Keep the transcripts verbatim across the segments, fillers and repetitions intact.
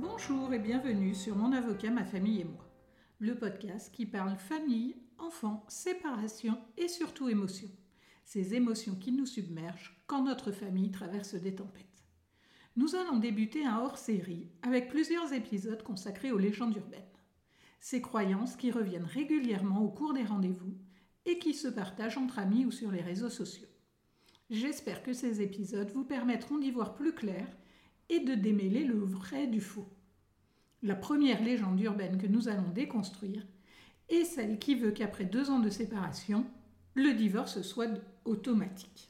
Bonjour et bienvenue sur Mon avocat, ma famille et moi, le podcast qui parle famille, enfants, séparation et surtout émotions. Ces émotions qui nous submergent quand notre famille traverse des tempêtes. Nous allons débuter un hors-série avec plusieurs épisodes consacrés aux légendes urbaines. Ces croyances qui reviennent régulièrement au cours des rendez-vous et qui se partagent entre amis ou sur les réseaux sociaux. J'espère que ces épisodes vous permettront d'y voir plus clair et de démêler le vrai du faux. La première légende urbaine que nous allons déconstruire est celle qui veut qu'après deux ans de séparation, le divorce soit automatique.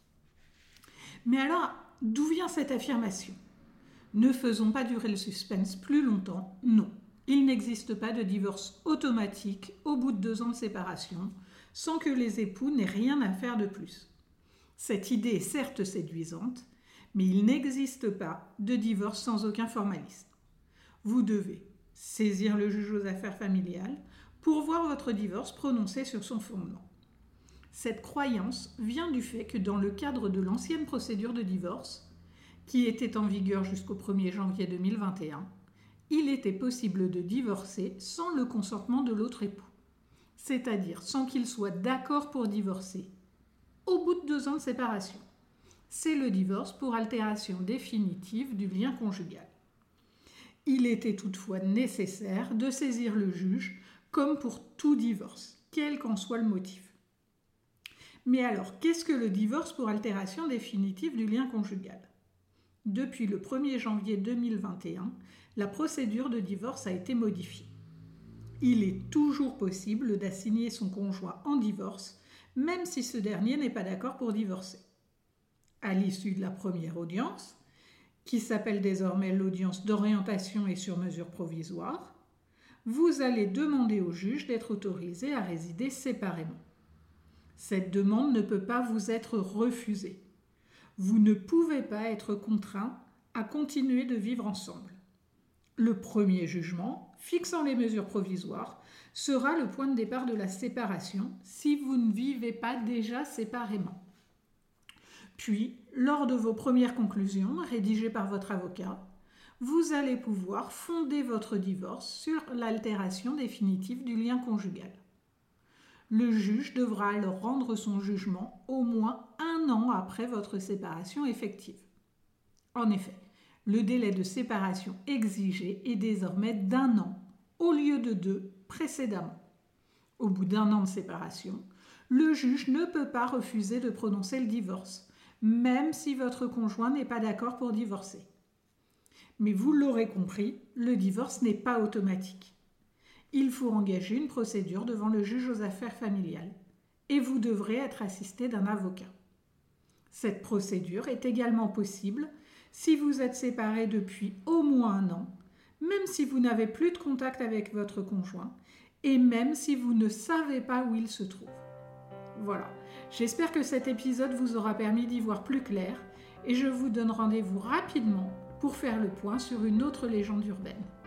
Mais alors, d'où vient cette affirmation ? Ne faisons pas durer le suspense plus longtemps, non. Il n'existe pas de divorce automatique au bout de deux ans de séparation, sans que les époux n'aient rien à faire de plus. Cette idée est certes séduisante, mais il n'existe pas de divorce sans aucun formalisme. Vous devez saisir le juge aux affaires familiales pour voir votre divorce prononcé sur son fondement. Cette croyance vient du fait que dans le cadre de l'ancienne procédure de divorce, qui était en vigueur jusqu'au premier janvier deux mille vingt et un, il était possible de divorcer sans le consentement de l'autre époux, c'est-à-dire sans qu'il soit d'accord pour divorcer, au bout de deux ans de séparation. C'est le divorce pour altération définitive du lien conjugal. Il était toutefois nécessaire de saisir le juge, comme pour tout divorce, quel qu'en soit le motif. Mais alors, qu'est-ce que le divorce pour altération définitive du lien conjugal ? Depuis le premier janvier deux mille vingt et un, la procédure de divorce a été modifiée. Il est toujours possible d'assigner son conjoint en divorce, même si ce dernier n'est pas d'accord pour divorcer. À l'issue de la première audience, qui s'appelle désormais l'audience d'orientation et sur mesure provisoire, vous allez demander au juge d'être autorisé à résider séparément. Cette demande ne peut pas vous être refusée. Vous ne pouvez pas être contraint à continuer de vivre ensemble. Le premier jugement, fixant les mesures provisoires, sera le point de départ de la séparation si vous ne vivez pas déjà séparément. Puis, lors de vos premières conclusions, rédigées par votre avocat, vous allez pouvoir fonder votre divorce sur l'altération définitive du lien conjugal. Le juge devra alors rendre son jugement au moins un an après votre séparation effective. En effet, le délai de séparation exigé est désormais d'un an au lieu de deux précédemment. Au bout d'un an de séparation, le juge ne peut pas refuser de prononcer le divorce, même si votre conjoint n'est pas d'accord pour divorcer. Mais vous l'aurez compris, le divorce n'est pas automatique. Il faut engager une procédure devant le juge aux affaires familiales et vous devrez être assisté d'un avocat. Cette procédure est également possible si vous êtes séparés depuis au moins un an, même si vous n'avez plus de contact avec votre conjoint et même si vous ne savez pas où il se trouve. Voilà, j'espère que cet épisode vous aura permis d'y voir plus clair et je vous donne rendez-vous rapidement pour faire le point sur une autre légende urbaine.